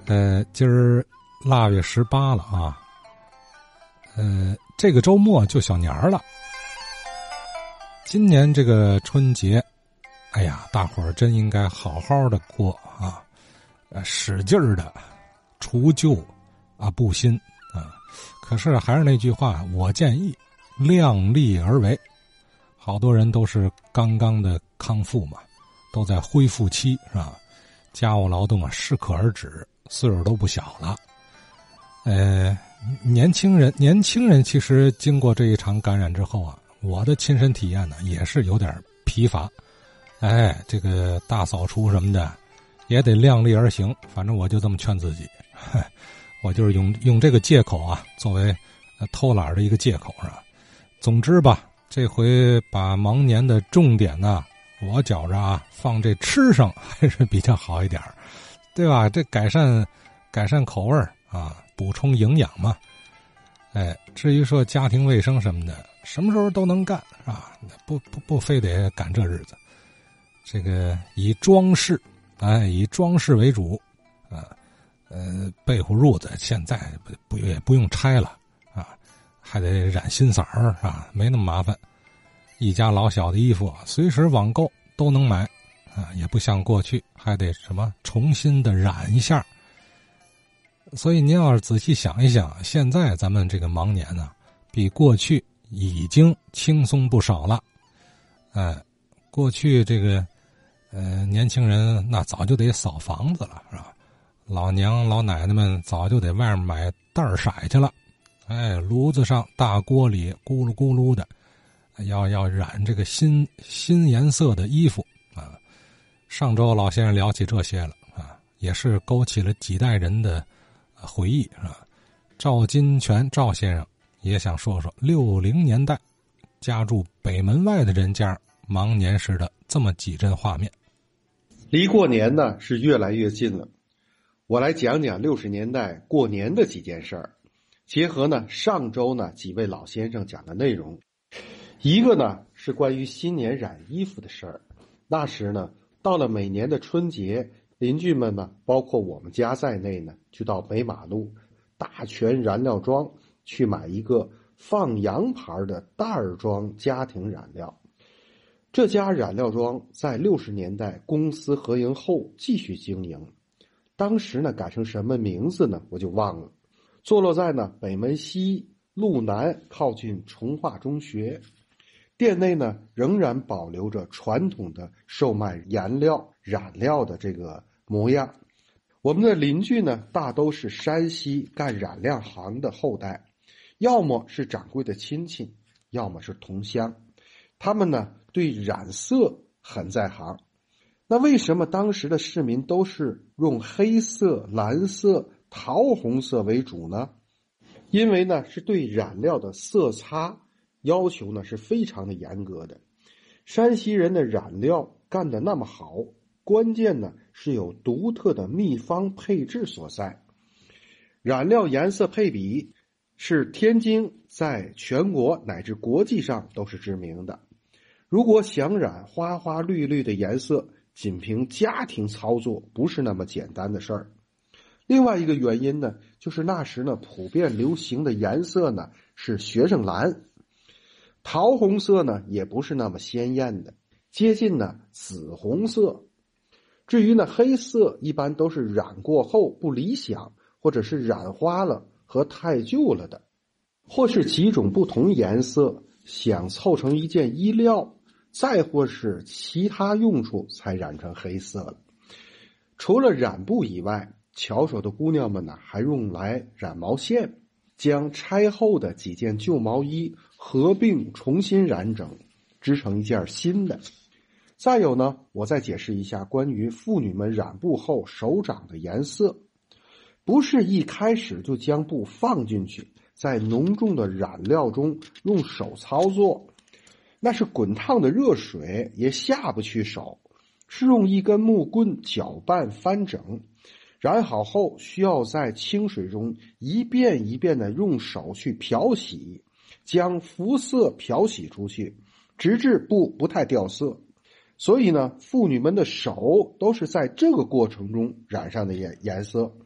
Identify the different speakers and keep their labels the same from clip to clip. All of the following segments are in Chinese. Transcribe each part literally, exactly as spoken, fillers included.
Speaker 1: 呃，今儿腊月十八了啊，呃，这个周末就小年儿了。今年这个春节，哎呀，大伙儿真应该好好的过啊，呃，使劲儿的除旧啊，布新啊。可是还是那句话，我建议量力而为。好多人都是刚刚的康复嘛，都在恢复期是吧？家务劳动啊适可而止，岁数都不小了。呃，年轻人，年轻人其实经过这一场感染之后啊，我的亲身体验呢也是有点疲乏。哎，这个大扫除什么的也得量力而行，反正我就这么劝自己。我就是用用这个借口啊，作为偷懒的一个借口是吧？总之吧，这回把忙年的重点呢，我觉着啊，放这吃上还是比较好一点，对吧？这改善改善口味啊，补充营养嘛。哎，至于说家庭卫生什么的，什么时候都能干啊，不不不非得赶这日子。这个以装饰，哎，以装饰为主啊。呃，被褥褥子现在不不也不用拆了啊，还得染新色儿啊，没那么麻烦。一家老小的衣服随时网购都能买啊，也不像过去还得什么重新的染一下。所以您要是仔细想一想，现在咱们这个忙年呢，比过去已经轻松不少了。哎，过去这个呃年轻人那早就得扫房子了，是吧？老娘老奶奶们早就得外面买袋儿色去了，哎，炉子上大锅里咕噜咕噜的，要要染这个新新颜色的衣服啊。上周老先生聊起这些了啊，也是勾起了几代人的回忆是吧？赵金泉赵先生也想说说六零年代家住北门外的人家忙年时的这么几帧画面。
Speaker 2: 离过年呢是越来越近了。我来讲讲六十年代过年的几件事儿，结合呢上周呢几位老先生讲的内容。一个呢是关于新年染衣服的事儿。那时呢到了每年的春节，邻居们呢包括我们家在内呢，就到北马路大全燃料庄去买一个放羊牌的袋装家庭染料。这家染料庄在六十年代公私合营后继续经营。当时呢改成什么名字呢我就忘了，坐落在呢北门西路南靠近崇化中学。店内呢仍然保留着传统的售卖颜料染料的这个模样。我们的邻居呢大都是山西干染料行的后代，要么是掌柜的亲戚，要么是同乡。他们呢对染色很在行。那为什么当时的市民都是用黑色、蓝色、桃红色为主呢？因为呢是对染料的色差要求呢是非常的严格的。山西人的染料干得那么好，关键呢是有独特的秘方配置所在。染料颜色配比是天津在全国乃至国际上都是知名的。如果想染花花绿绿的颜色，仅凭家庭操作不是那么简单的事儿。另外一个原因呢，就是那时呢普遍流行的颜色呢是学生蓝，桃红色呢也不是那么鲜艳的，接近呢紫红色。至于呢黑色一般都是染过后不理想，或者是染花了和太旧了的，或是几种不同颜色想凑成一件衣料，再或是其他用处才染成黑色了。除了染布以外，巧手的姑娘们呢还用来染毛线，将拆后的几件旧毛衣合并重新染整，织成一件新的。再有呢，我再解释一下关于妇女们染布后手掌的颜色。不是一开始就将布放进去，在浓重的染料中用手操作，那是滚烫的热水也下不去手，是用一根木棍搅拌翻整，染好后需要在清水中一遍一遍的用手去漂洗，将肤色漂洗出去，直至布不太掉色。所以呢，妇女们的手都是在这个过程中染上的颜颜色。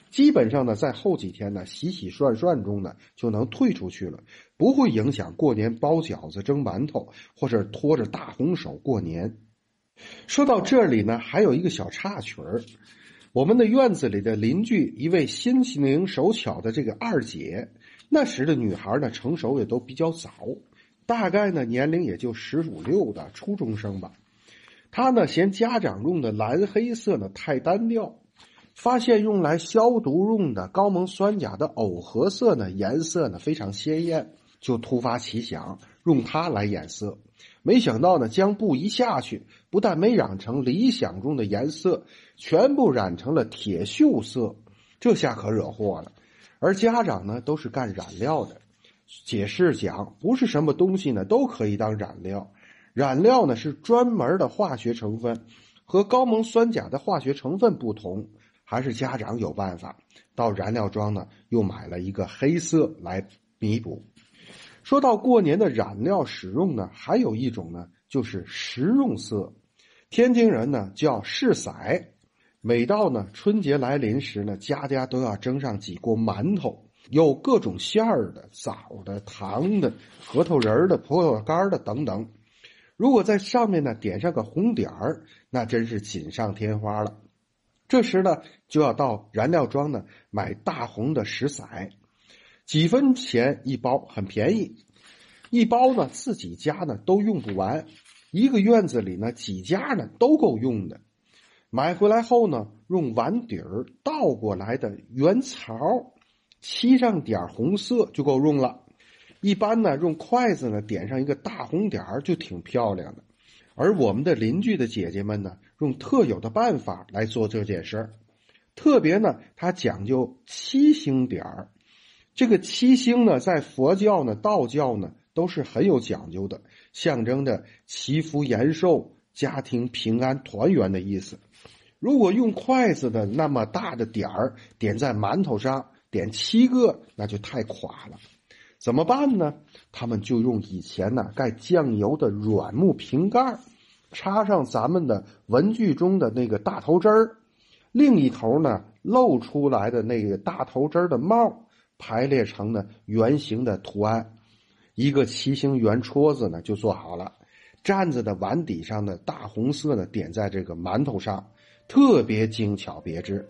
Speaker 2: 基本上呢，在后几天呢，洗洗涮涮中呢，就能退出去了，不会影响过年包饺子、蒸馒头，或者拖着大红手过年。说到这里呢，还有一个小插曲儿，我们的院子里的邻居一位心灵手巧的这个二姐，那时的女孩呢，成熟也都比较早，大概呢年龄也就十五六的初中生吧。她呢嫌家长用的蓝黑色呢太单调，发现用来消毒用的高锰酸钾的藕荷色呢颜色呢非常鲜艳，就突发奇想用它来染色。没想到呢，将布一下去，不但没染成理想中的颜色，全部染成了铁锈色，这下可惹祸了。而家长呢都是干染料的，解释讲不是什么东西呢都可以当染料，染料呢是专门的化学成分，和高锰酸钾的化学成分不同。还是家长有办法，到燃料庄呢又买了一个黑色来弥补。说到过年的染料使用呢，还有一种呢就是食用色，天津人呢叫柿色。每到呢春节来临时呢，家家都要蒸上几锅馒头，有各种馅儿的、枣的、糖的、核桃仁的、葡萄干的等等。如果在上面呢点上个红点儿，那真是锦上添花了。这时呢就要到燃料庄呢买大红的柿色，几分钱一包，很便宜。一包呢自己家呢都用不完，一个院子里呢几家呢都够用的。买回来后呢，用碗底儿倒过来的圆槽漆上点红色就够用了。一般呢用筷子呢点上一个大红点儿就挺漂亮的。而我们的邻居的姐姐们呢，用特有的办法来做这件事儿。特别呢，它讲究七星点儿。这个七星呢，在佛教呢、道教呢，都是很有讲究的，象征着祈福延寿、家庭平安团圆的意思。如果用筷子的那么大的点儿点在馒头上，点七个，那就太垮了。怎么办呢？他们就用以前呢盖酱油的软木瓶盖，插上咱们的文具中的那个大头针儿，另一头呢露出来的那个大头针的帽排列成呢圆形的图案，一个七星圆戳子呢就做好了。站子的碗底上的大红色呢点在这个馒头上，特别精巧别致。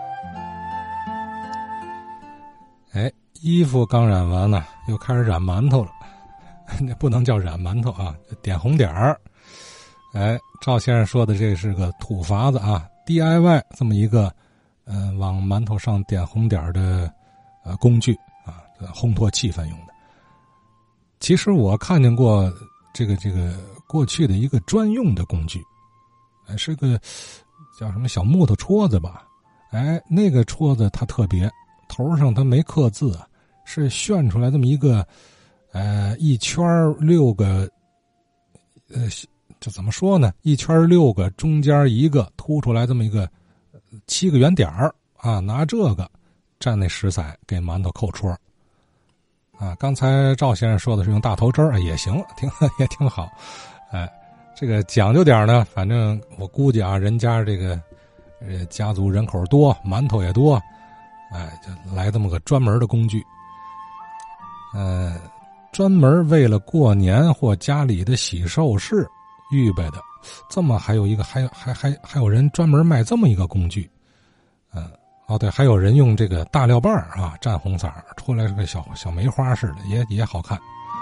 Speaker 1: 哎，衣服刚染完呢，又开始染馒头了。那不能叫染馒头啊，点红点儿。哎，赵先生说的这是个土法子啊 ，D I Y 这么一个，呃，往馒头上点红点儿的呃工具啊，烘托气氛用的。其实我看见过这个这个过去的一个专用的工具，哎，是个叫什么小木头戳子吧？哎，那个戳子它特别，头上它没刻字啊，是炫出来这么一个，呃，一圈六个，呃。这怎么说呢？一圈六个，中间一个凸出来这么一个七个圆点儿啊，拿这个蘸那食材给馒头扣戳啊。刚才赵先生说的是用大头针儿也行，挺也挺好。哎，这个讲究点呢，反正我估计啊，人家这个呃家族人口多，馒头也多，哎，就来这么个专门的工具。呃，专门为了过年或家里的喜寿事预备的，这么还有一个，还有还还还有人专门卖这么一个工具，嗯，哦对，还有人用这个大料棒啊蘸红色出来是个小小梅花似的，也也好看。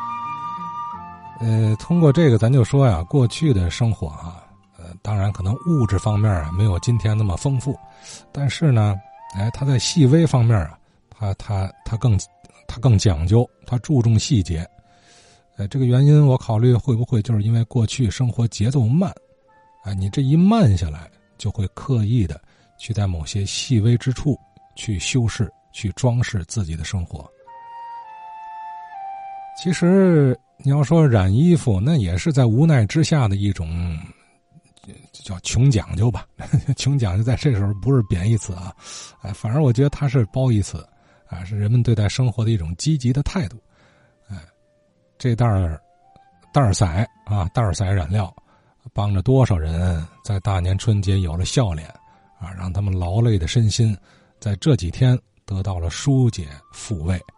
Speaker 1: 呃，通过这个咱就说呀，过去的生活啊，呃，当然可能物质方面啊没有今天那么丰富，但是呢，哎，它在细微方面啊，它它它更它更讲究，它注重细节。哎，这个原因我考虑会不会就是因为过去生活节奏慢，哎，你这一慢下来，就会刻意的去在某些细微之处去修饰、去装饰自己的生活。其实你要说染衣服，那也是在无奈之下的一种叫穷讲究吧。穷讲究在这时候不是贬义词啊，哎，反而我觉得它是褒义词啊，是人们对待生活的一种积极的态度。哎，这袋儿袋儿色啊，袋儿色染料，帮着多少人在大年春节有了笑脸啊，让他们劳累的身心在这几天得到了疏解抚慰。